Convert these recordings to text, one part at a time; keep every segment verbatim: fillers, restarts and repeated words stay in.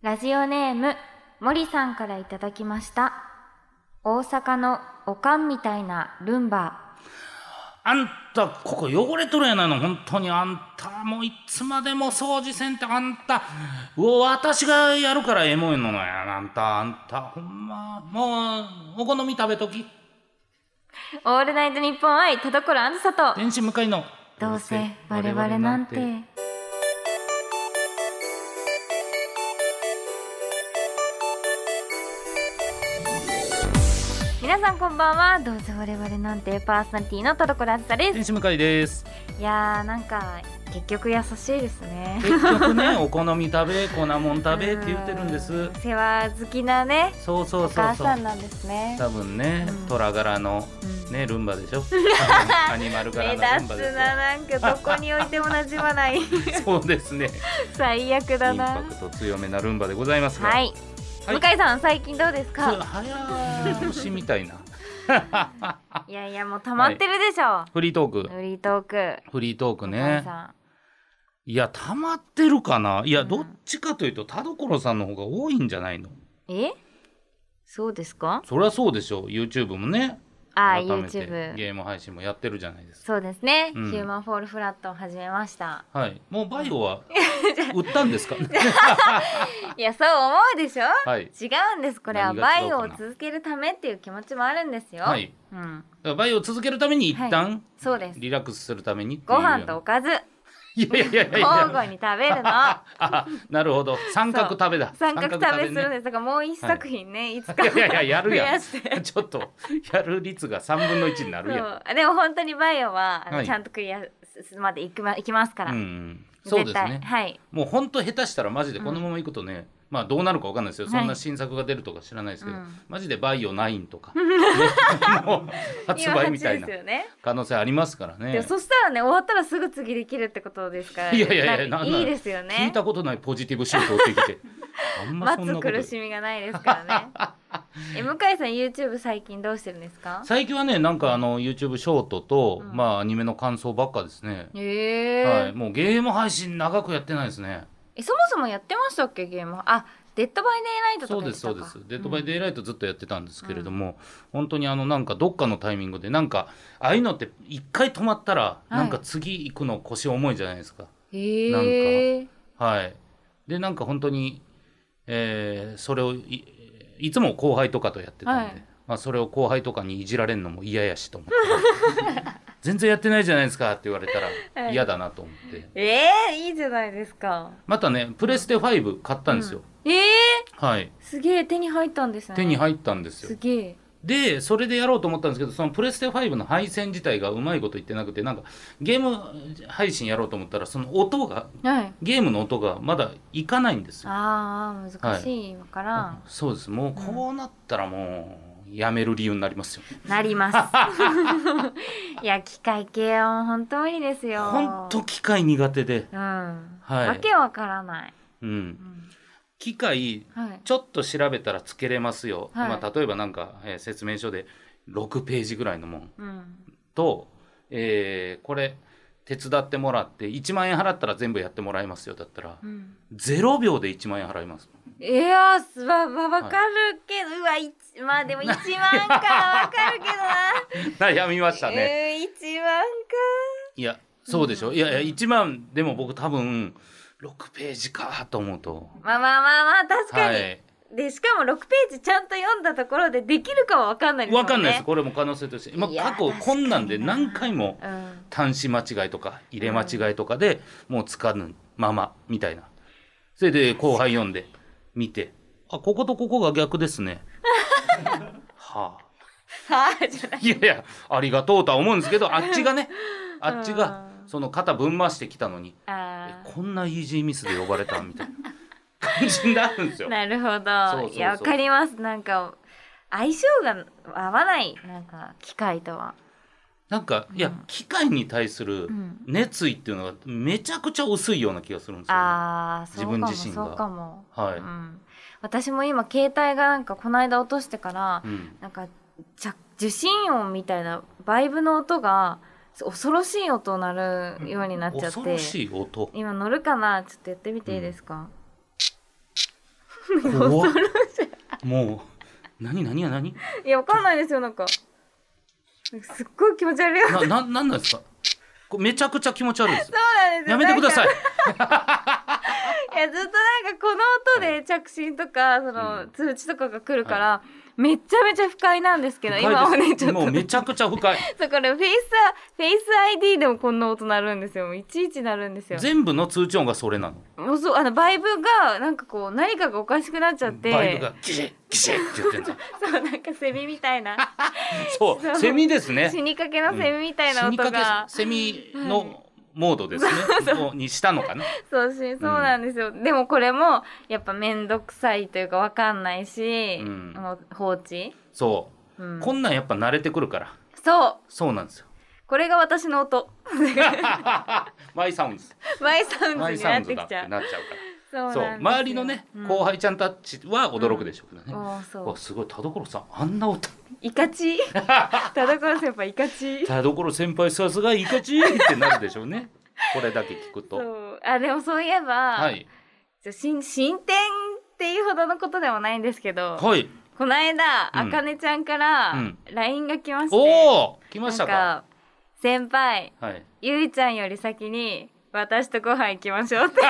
ラジオネーム森さんからいただきました。大阪のおかんみたいなルンバ。 あんたここ汚れとるやないの。本当にあんたもういつまでも掃除せんって。あんた私がやるからええもんやのや。あんたあんたほんまもうお好み食べとき。 オールナイトニッポン愛田所あずさと天使向かいのどうせ我々なんて。皆さんこんばんは。どうせ我々なんてパーソナリティの田所あずさです。 天使向かいです。 いやーなんか結局優しいですね。 結局ねお好み食べ粉もん食べって言ってるんです。 世話好きなね。 そうそうそうそう、 お母さんなんですね。 多分ね、うん、虎柄の、うん、ねルンバでしょアニマル柄のルンバですよ。目立つな。 なんかどこに置いても馴染まないそうですね、 最悪だな。 インパクト強めなルンバでございますが、 はい、はい、向井さん最近どうですか。 早押しみたいな。 いやいやもう溜まってるでしょ、はい、 フリートークフリートークフリートークね。いや溜まってるかな。いや、うん、どっちかというと田所さんの方が多いんじゃないの。 えそうですか。 そりゃそうでしょう。 YouTube もね、 あー YouTube ゲーム配信もやってるじゃないですか。 そうですね、 うん、 ヒューマンフォールフラットを始めました。 はい、もうバイオは売ったんですか。 いやそう思うでしょ、はい、違うんです。これはバイオを続けるためっていう気持ちもあるんですよ。はい、 うん、だからバイオを続けるために一旦、はい、 そうです、 リラックスするためにご飯とおかずいやいやいやいや交互に食べるの。あ、 なるほど、三角食べだ。 三角食べするんです。だからもう一作品ね、はい、いつかいやいややるやん。ちょっとやる率が三分の一になるやん。 でも本当にバイオは、はい、ちゃんとクリアまでいくまいきますから。うん、 そうですね。 はい。 もう本当下手したらマジでこのままいくとね、うん、まあどうなるかわかんないですよ。そんな新作が出るとか知らないですけど、はい、マジでバイオナインとか、ね、もう発売みたいな可能性ありますからね。 でそしたらね終わったらすぐ次できるってことですから、ね。 いやいやいや、 いいですよね。 聞いたことないポジティブシュート打ってきて、 あんまそんなこと待つ苦しみがないですからね。え向井さん YouTube 最近どうしてるんですか。 最近はねなんかあの YouTube ショートと、うん、まあアニメの感想ばっかですね。 へえ、 はい、もうゲーム配信長くやってないですね。 えそもそもやってましたっけゲーム。あ、デッドバイデイライトとかやってたか。 そうですそうです、デッドバイデイライトずっとやってたんですけれども、うん、本当にあのなんかどっかのタイミングでなんかああいうのって一回止まったら、はい、なんか次行くの腰重いじゃないですか。 へえ。なんかはいでなんか本当に、えー、それを い, いつも後輩とかとやってたんで、はい、まあ、それを後輩とかにいじられるのも嫌やしと思って全然やってないじゃないですかって言われたら嫌だなと思って、はい、 えー、いいじゃないですか。 またねプレステファイブ買ったんですよ、 うん、えー、 はい、 すげえ手に入ったんですね。 手に入ったんですよ。 すげえ。 でそれでやろうと思ったんですけど、そのプレステファイブの配線自体がうまいこと言ってなくて、なんかゲーム配信やろうと思ったらその音が、はい、ゲームの音がまだいかないんですよ。 あー難しい、わ、はい、からん。 そうです。もうこうなったらもうやめる理由になりますよ。 なりますいや機械系は本当無理ですよ。 本当機械苦手で、 うん、はい、わけわからない。 うん、うん、機械、はい、ちょっと調べたらつけれますよ、はい、まあ、例えばなんか、えー、説明書でろくページぐらいのもん、うん、と、えー、これ手伝ってもらっていちまんえん払ったら全部やってもらいますよだったら、うん、ゼロびょうでいちまんえん払います。 いやーわわかるけど、はい、うわまあでもいちまんかわかるけどな悩みましたね、 えー、いちまんか。 いやそうでしょ、うん、いやいやいちまんでも僕多分ろくページかと思うと、 まあまあまあまあ確かに、はい、でしかもろくページちゃんと読んだところでできるかは分かんないですもんね。 分かんないです。これも可能性として、まあ、過去こんなんで何回も端子間違いとか入れ間違いとかでもうつかぬままみたいな、それで後輩読んで見て、あこことここが逆ですねはあはあじゃない、いやいやありがとうとは思うんですけど、あっちがねあっちがその肩ぶん回してきたのに、えこんなイージーミスで呼ばれたみたいな感じになるんですよ。 なるほど。そうそうそう、いやわかります。なんか相性が合わない、なんか機械とはなんか、うん、いや機械に対する熱意っていうのがめちゃくちゃ薄いような気がするんですよ、ね、 あ自分自身が。 そうかも、 はい、 うん、私も今携帯がなんかこの間落としてから、うん、なんか受信音みたいなバイブの音が恐ろしい音鳴るようになっちゃって、 恐ろしい音、 今乗るかな、ちょっとやってみていいですか、 怖っもう何何や何いやわかんないですよなんかすっごい気持ち悪いなななんなんですかこれめちゃくちゃ気持ち悪いですそうなんですよやめてくださいいやずっとなんかこの音で着信とかその通知とかが来るから、はい、めちゃめちゃ不快なんですけど今はねちょっともうめちゃくちゃ不快そうこれフェイスフェイス アイディー でもこんな音鳴るんですよいちいち鳴るんですよ全部の通知音がそれなのもうそうあのバイブがなんかこう何かがおかしくなっちゃってバイブがギシッギシッって言ってんだそうなんかセミみたいなそうセミですね死にかけのセミみたいな音が、うん、死にかけセミの、はいモードですねにしたのかなそうしそうなんですよ、うん、でもこれもやっぱ面倒くさいというか分かんないし、うん、もう放置そう、うん、こんなんやっぱ慣れてくるからそうそうなんですよこれが私の音マイサウンズマイサウンズになってきちゃうなっちゃうからそう周りのね、うん、後輩ちゃんたちは驚くでしょうけどね、うん、そうすごい田所さんあんな音イカチ田所先輩イカチ田所先輩さすがイカチってなるでしょうねこれだけ聞くとそうあでもそういえば、はい、進進展っていうほどのことでもないんですけど、はい、この間あかねちゃんから ライン が来まして、うん、 おー来ましたかなんか先輩、はい、ゆいちゃんより先に私とご飯行きましょうって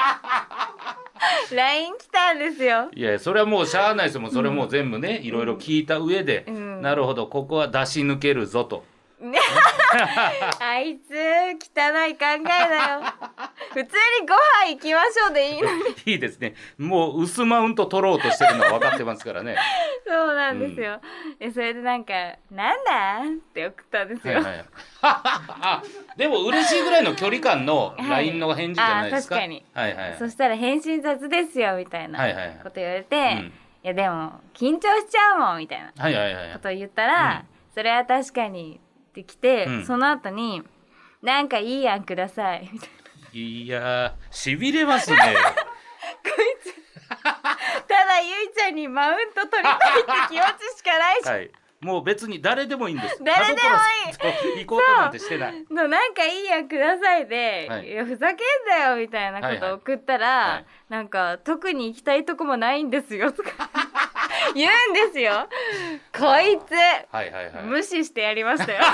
ライン 来たんですよいやそれはもうしゃあないですよもうそれも全部ね、うん、いろいろ聞いた上で、うん、なるほどここは出し抜けるぞとあいつ汚い考えだよ普通にご飯行きましょうでいいのにいいですねもう薄マウント取ろうとしてるのは分かってますからねそうなんですよ、うん、それでなんかなんだって送ったんですよ、はいはい、 あでも嬉しいぐらいの距離感の ライン の返事じゃないですか、 はい、あ確かに、 はいはいはい、 そしたら返信雑ですよみたいなこと言われて、はいはいはいうん、いやでも緊張しちゃうもんみたいなことを言ったら、はいはいはいうん、それは確かにってきて、うん、その後になんかいい案くださいみたいないやーしびれますねこいつただゆいちゃんにマウント取りたいって気持ちしかないし、 はい、もう別に誰でもいいんです誰でもいい行こうとなんてしてないのなんかいい案くださいで、はい、いやふざけんなよみたいなことを送ったら、はいはい、なんか特に行きたいとこもないんですよとか言うんですよこいつ、はいはいはい、無視してやりましたよ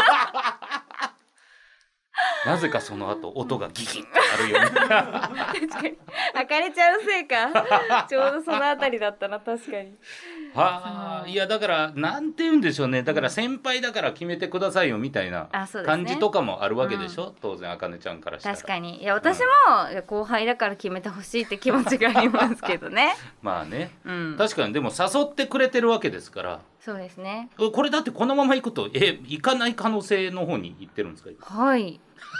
なぜかその後音がギギンとなるように確かにあかねちゃんのせいかちょうどそのあたりだったな確かにはあいやだからなんて言うんでしょうねだから先輩だから決めてくださいよみたいな感じとかもあるわけでしょ、うん、当然あかねちゃんからしたら確かにいや私も、うん、後輩だから決めてほしいって気持ちがありますけどねまあね、うん、確かにでも誘ってくれてるわけですからそうですねこれだってこのまま行くとえ行かない可能性の方に行ってるんですかはい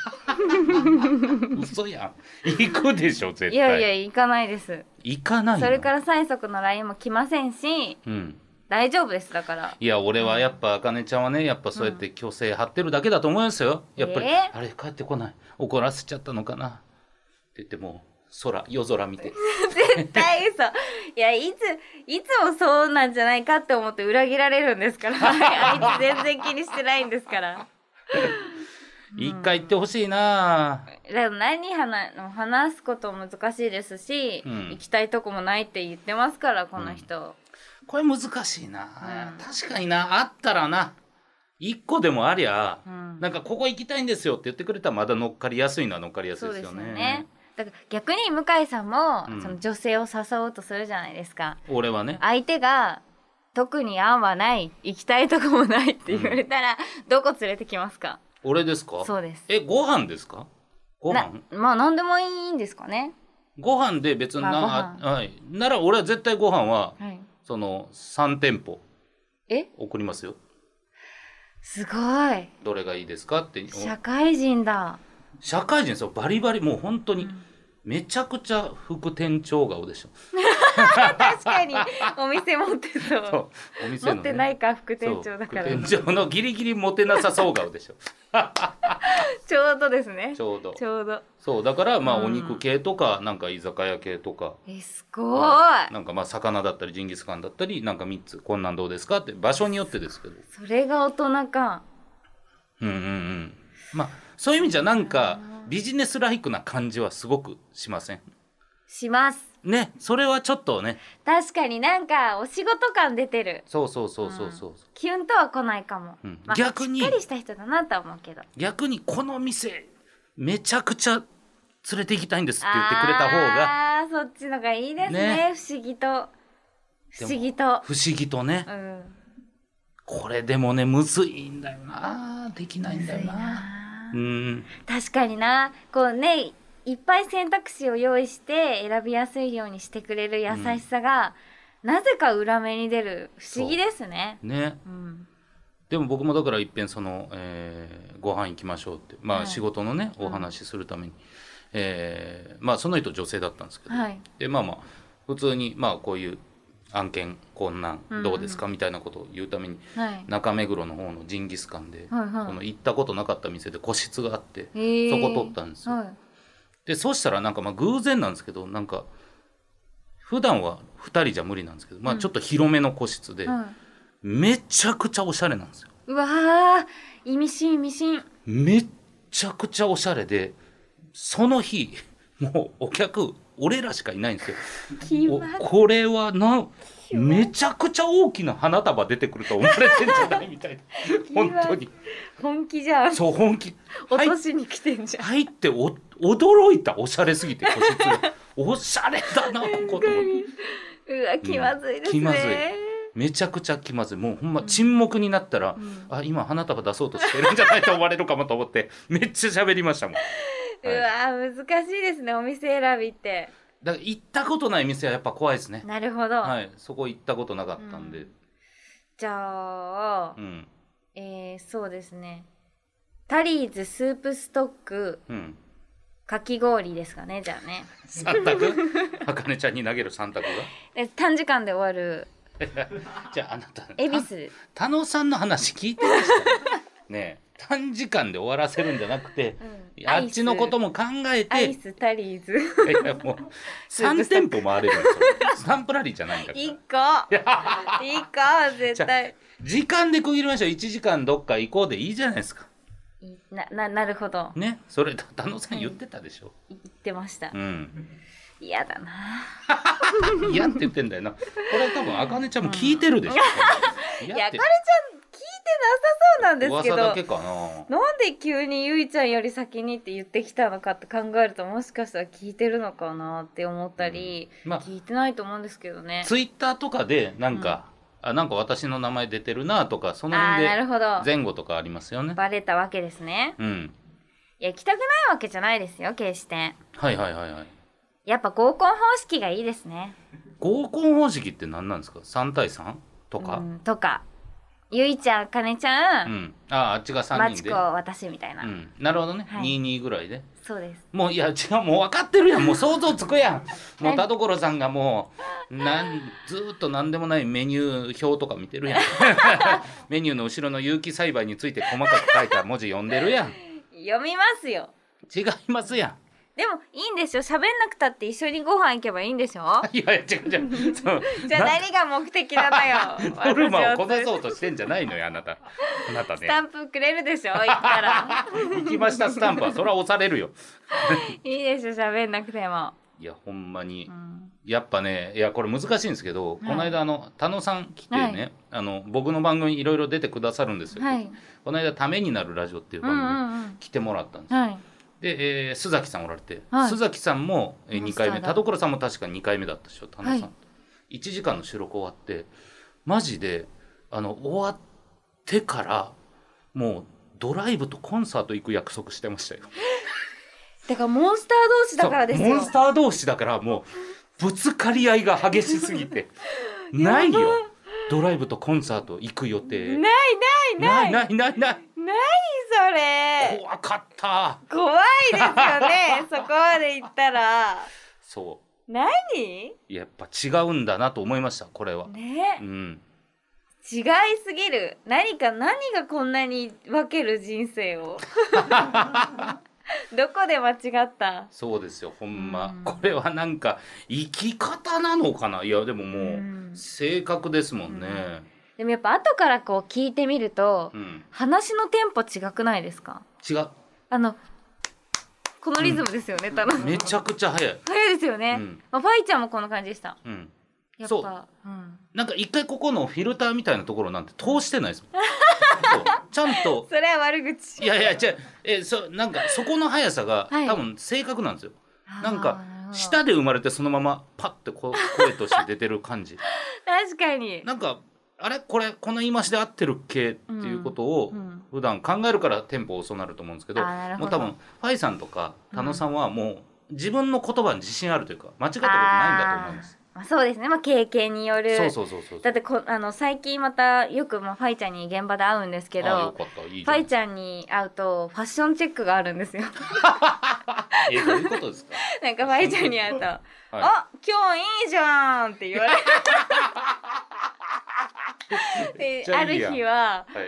嘘やん行くでしょ絶対いやいや行かないです行かないそれから催促の ライン も来ませんし、うん、大丈夫ですだからいや俺はやっぱあかねちゃんはねやっぱそうやって虚勢張ってるだけだと思いますよやっぱり、えー、あれ帰ってこない怒らせちゃったのかなって言っても空夜空見て絶対嘘いやいついつもそうなんじゃないかって思って裏切られるんですからあいつ全然気にしてないんですから一回行ってほしいな、 うん、でも何話話すことも難しいですし、うん、行きたいとこもないって言ってますからこの人、うん、 これ難しいな、うん、確かになあったらな一個でもありゃ、うん、なんかここ行きたいんですよって言ってくれたらまだ乗っかりやすいのは乗っかりやすいですよね。そうですよね。 だから逆に向井さんも、うん、その女性を誘おうとするじゃないですか。 俺はね相手が特に案はない行きたいとこもないって言われたら、うん、どこ連れてきますか？ 俺ですか？ そうです。 えご飯ですか？ご飯なまあ何でもいいんですかね。 ご飯で別にな、まあ、はい、なら俺は絶対ご飯は、はい、そのさん店舗え送りますよ。 すごい。 どれがいいですかって社会人だ。 社会人ですよバリバリもう本当に、うん、めちゃくちゃ副店長顔でしょ確かにお店持ってそうそうお店の、ね、持ってないか副店長だから副店長のギリギリ持てなさそう顔でしょちょうどですねちょうどちょうどそうだからまあお肉系とか、うん、なんか居酒屋系とかえすごい、 はい、なんかまあ魚だったりジンギスカンだったりなんかみっつこんなんどうですかって場所によってですけどそれが大人かうんうんうんまあそういう意味じゃなんかビジネスライクな感じはすごくしません？ しますね、それはちょっとね。 確かになんかお仕事感出てる。 そうそうそうそうそう、うん、 キュンとは来ないかも、 うんまあ、逆にしっかりした人だなとは思うけど、 逆にこの店めちゃくちゃ連れて行きたいんですって言ってくれた方が、 あーそっちのがいいですね、ね不思議と不思議と不思議とね、うん、これでもねむずいんだよな、できないんだよな、なうん、確かにな、こうねいっぱい選択肢を用意して選びやすいようにしてくれる優しさが、うん、なぜか裏目に出る不思議ですね。 ね、うん、でも僕もだからいっぺんその、えー、ご飯行きましょうってまあ、はい、仕事のねお話しするために、うんえー、まあその人女性だったんですけど、はい、でまあまあ普通にまあこういう案件こんなんどうですか、うんうん、みたいなことを言うために、はい、中目黒の方のジンギスカンで、はいはい、その行ったことなかった店で個室があって、えー、そこ取ったんですよ、はい、でそうしたらなんかまあ偶然なんですけどなんか普段はふたりじゃ無理なんですけど、まあ、ちょっと広めの個室で、うん、めちゃくちゃおしゃれなんですよ。 うわー意味深意味深。 めっちゃくちゃおしゃれでその日もうお客俺らしかいないんですよ。これはなめちゃくちゃ大きな花束出てくると思われてんじゃないみたいな本当に本気じゃん。 そう本気落としに来てんじゃん。 入ってお驚いた。おしゃれすぎて個室がおしゃれだなここと思って。 うわ気まずいですね、うん、気まずいめちゃくちゃ気まずい。もうほんま沈黙になったら、うん、あ今花束出そうとしてるんじゃないと思われるかもと思ってめっちゃ喋りましたもん。 うわ難しいですねお店選びって。 だから行ったことない店はやっぱ怖いですね。 なるほど、 はい、そこ行ったことなかったんで、うん、 じゃあ、うんえー、そうですねタリーズスープストック、うん、かき氷ですかね。じゃあねさん択あかねちゃんに投げるさん択が短時間で終わるじゃああなた恵比寿田野さんの話聞いてましたねえ短時間で終わらせるんじゃなくて、うん、あっちのことも考えてアイスタリーズいやもうさん店舗回れるんですよスタンプラリーじゃないんだからいっこいっこ絶対時間で区切りましょう。いちじかんどっか行こうでいいじゃないですか。 な, な, なるほどね。それ田野さん言ってたでしょ、 うん、言ってました。 うん嫌だな嫌って言ってんだよな。これ多分あかねちゃんも聞いてるでしょ、 うん、いやあかねちゃん聞いてなさそうなんですけど噂だけかな。 なんで急にゆいちゃんより先にって言ってきたのかって考えるともしかしたら聞いてるのかなって思ったり、うんまあ、聞いてないと思うんですけどね。 ツイッターとかでなんか、うん、あなんか私の名前出てるなとかその辺で前後とかありますよね。 バレたわけですね。 うんいや行きたくないわけじゃないですよ決して。 はいはいはいはいやっぱ合コン方式がいいですね。 合コン方式って何なんですか。さん対さんとか、うん、 とかゆいちゃんかねちゃん、うん、 ああっちがさんにんでマチコ私みたいな、うん、 なるほどね、はい、にじゅうにぐらいで。 そうです。 もういや違うもう分かってるやんもう想像つくやんもう田所さんがもうなんずっと何でもないメニュー表とか見てるやんメニューの後ろの有機栽培について細かく書いた文字読んでるやん読みますよ。 違いますやん。 でもいいんですよ。喋んなくたって一緒にご飯行けばいいんでしょいやいや違う違うそうじゃあ何が目的なのよノルマをこなそうとしてんじゃないのよあなたあなたね。 スタンプくれるでしょ行ったら行きましたスタンプはそれは押されるよいいでしょ喋んなくても。 いやほんまに、うん、やっぱねいやこれ難しいんですけど、はい、この間あの田野さん来てね、はい、あの僕の番組いろいろ出てくださるんですよ、はい、この間ためになるラジオっていう番組に来てもらったんですよ、うんうんうんで、えー、須崎さんおられて、はい、須崎さんも、えー、にかいめ田所さんも確かにかいめだったでしょ田野さん、はい、いちじかんの収録終わってマジであの終わってからもうドライブとコンサート行く約束してましたよだからモンスター同士だからですよ。 モンスター同士だからもうぶつかり合いが激しすぎてないよドライブとコンサート行く予定ないないないないないないない何それ怖かった。 怖いですよねそこまで行ったら。 そう何やっぱ違うんだなと思いましたこれはね、 うん、 違いすぎる。何か何がこんなに分ける人生をどこで間違った。 そうですよほんま、うん、これはなんか生き方なのかな。いやでももう性格ですもんね、うんでもやっぱ後からこう聞いてみると、うん、話のテンポ違くないですか。 違う。 あのこのリズムですよね、多分めちゃくちゃ速い速いですよね、 うんまあ、ファイちゃんもこんな感じでした、 うん、 やっぱそう、 うん、 なんか一回ここのフィルターみたいなところなんて通してないですもんそうちゃんとそれは悪口いやいや違うえそなんかそこの速さが、 はい、 多分正確なんですよ。なんか舌で生まれてそのままパッてこ声として出てる感じ確かになんかあれこれこの言い回しで合ってるっけっていうことを普段考えるからテンポ遅なると思うんですけど、 うんうん、 もう多分ファイさんとか田野さんはもう自分の言葉に自信あるというか間違ったことないんだと思います。 まあ、そうですね、まあ、経験によるそうそうそうそうだってこあの最近またよく、まあ、ファイちゃんに現場で会うんですけどあよかったいいじゃんファイちゃんに会うとファッションチェックがあるんですよえどういうことですかなんかファイちゃんに会うと「はい、あ今日いいじゃん」って言われてである日は、はい、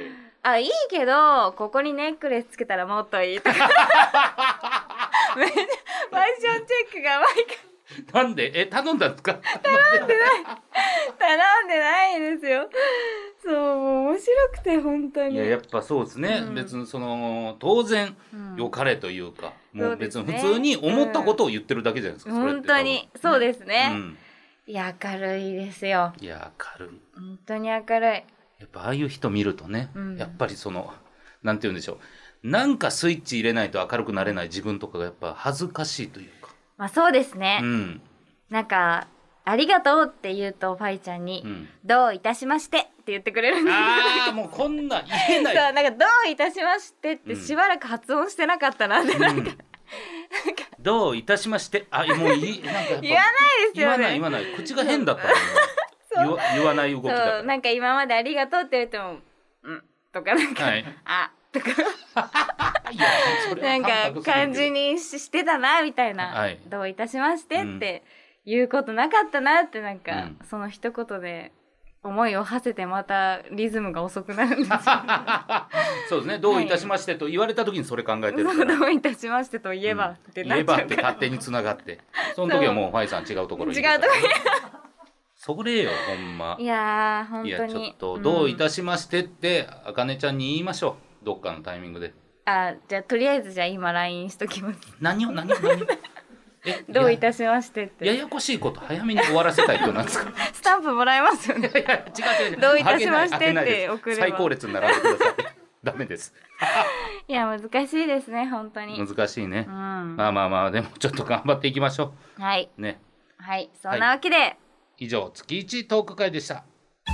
あいいけどここにネックレスつけたらもっといいとかめっちゃファッションチェックが毎回なんでえ頼んだんですか頼んでない頼んでないですよそう面白くて本当にいややっぱそうですね、うん、別にその当然良かれというか、うん、もう別に普通に思ったことを言ってるだけじゃないですか、 うん、 それ本当にそうですね、 うん、 いや明るいですよいや明るい本当に明るいやっぱああいう人見るとね、うん、やっぱりそのなんて言うんでしょうなんかスイッチ入れないと明るくなれない自分とかがやっぱ恥ずかしいというかまあそうですね、 うん、 なんかありがとうって言うとファイちゃんに、うん、どういたしましてって言ってくれるんですああもうこんな言えないそうなんかどういたしましてってしばらく発音してなかったなって、うん、なんかどういたしましてあもういなんか言わないですよね言わない言わない口が変だった言わ言わない動きだからなんか今までありがとうって言ってもうんとかなんか、はい、あとかいやなんか感じにしてたなみたいな、はい、どういたしましてって言うことなかったなってなんか、うん、その一言で思いを馳せてまたリズムが遅くなるんですよそうですねどういたしましてと言われた時にそれ考えてるから、 はい、どういたしましてと言えばってなっちゃうから、 うん、言えばって勝手につながってその時はもうファイさん違うところに違うところにそれよほんまいやー本当にいやちょっとどういたしましてってあかねちゃんに言いましょうどっかのタイミングであじゃあとりあえずじゃあ今 ライン しときます何を何を何をえどういたしましてってややこしいこと早めに終わらせたい人なんですかスタンプもらえますよねいや違う違う違うどういたしましてって送れば最高列に並んでくださいダメですいや難しいですね本当に難しいね、 うん、 まあまあまあでもちょっと頑張っていきましょうはいねはいそんなわけで、はい、 以上月一トーク会でした。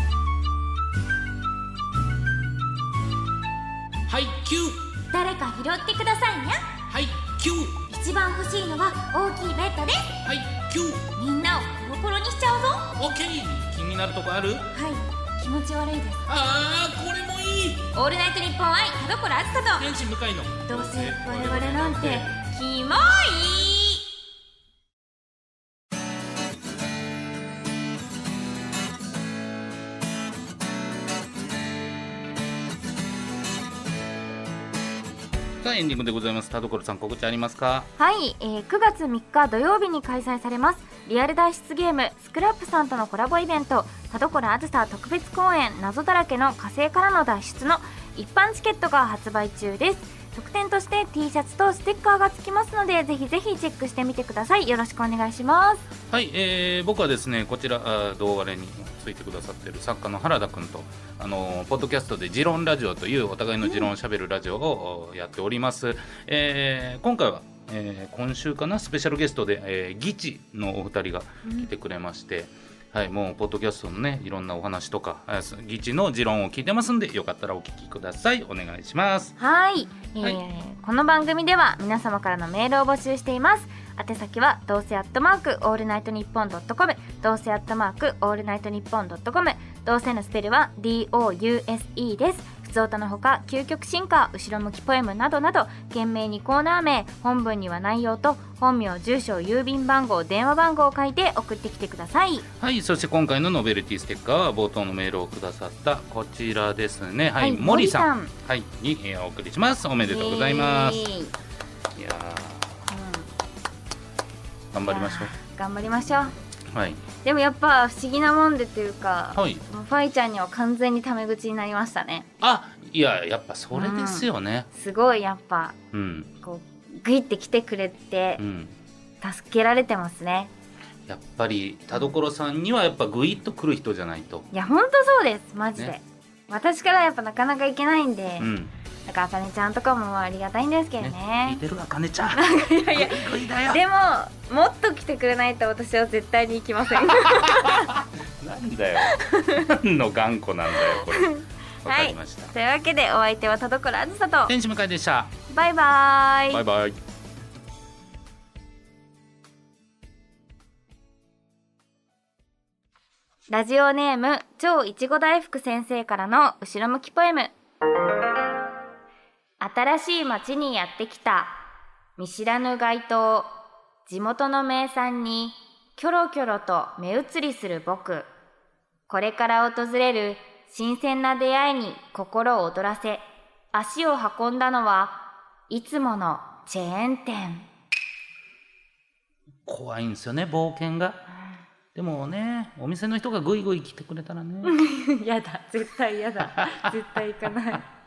はいキュー誰か拾ってくださいにゃはいキュー一番欲しいのは大きいベッドですはいキューみんなをコロコロにしちゃうぞオッケー気になるとこあるはい気持ち悪いですあーこれもいいオールナイトニッポン愛田所あずさと天使向かいのどうせ我々なんてキモいさあエンディングでございます。田所さん告知ありますか？ はい、えー、くがつみっか土曜日に開催されますリアル脱出ゲームスクラップさんとのコラボイベント田所あずさ特別公演謎だらけの火星からの脱出の一般チケットが発売中です。特典として T シャツとステッカーが付きますのでぜひぜひチェックしてみてください。よろしくお願いします。 はい、えー、僕はですねこちらあ動画についてくださっている作家の原田くんとあのポッドキャストでジロンラジオというお互いのジロンをしゃべるラジオをやっております、うんえー、今回は、えー、今週かなスペシャルゲストで、えー、ギチのお二人が来てくれまして、うんはい、もうポッドキャストのねいろんなお話とか議事の持論を聞いてますんでよかったらお聞きください。お願いします。 はい、えーはい、この番組では皆様からのメールを募集しています。宛先はどうせアットマークオールナイトニッポンドットコムどうせアットマークオールナイトニッポンドットコムどうせのスペルは ディーオーユーエスイー です。普通歌のほか究極進化後ろ向きポエムなどなど懸命にコーナー名本文には内容と本名住所郵便番号電話番号を書いて送ってきてください。 はい、そして今回のノベルティステッカーは冒頭のメールをくださったこちらですね。はい、はい、森さん、はい、に、えー、お送りします。おめでとうございます。いや、うん、頑張りましょう。 頑張りましょう。 はい、 でもやっぱ不思議なもんでというか、 はい、 ファイちゃんには完全にタメ口になりましたね。 あ、いややっぱそれですよね、 うん、すごいやっぱ、 うん、 こうグイって来てくれて、うん、助けられてますね。 やっぱり田所さんにはやっぱグイッと来る人じゃないと。 いやほんとそうですマジで、ね、私からやっぱなかなか行けないんで、うん、なんかあかねちゃんとかもありがたいんですけどね。 聞いてるあかねちゃんいやいやグイだよ。でももっと来てくれないと私は絶対に行きませんなんだよ何の頑固なんだよこれわかりました、 はい、というわけでお相手は田所あずさと天使向井でした。 バイバイバイバイ。 ラジオネーム超いちご大福先生からの後ろ向きポエム。新しい町にやってきた見知らぬ街灯、地元の名産にキョロキョロと目移りする僕。これから訪れる新鮮な出会いに心を躍らせ、足を運んだのはいつものチェーン店。 怖いんですよね冒険が。でもねお店の人がグイグイ来てくれたらねやだ絶対やだ絶対行かない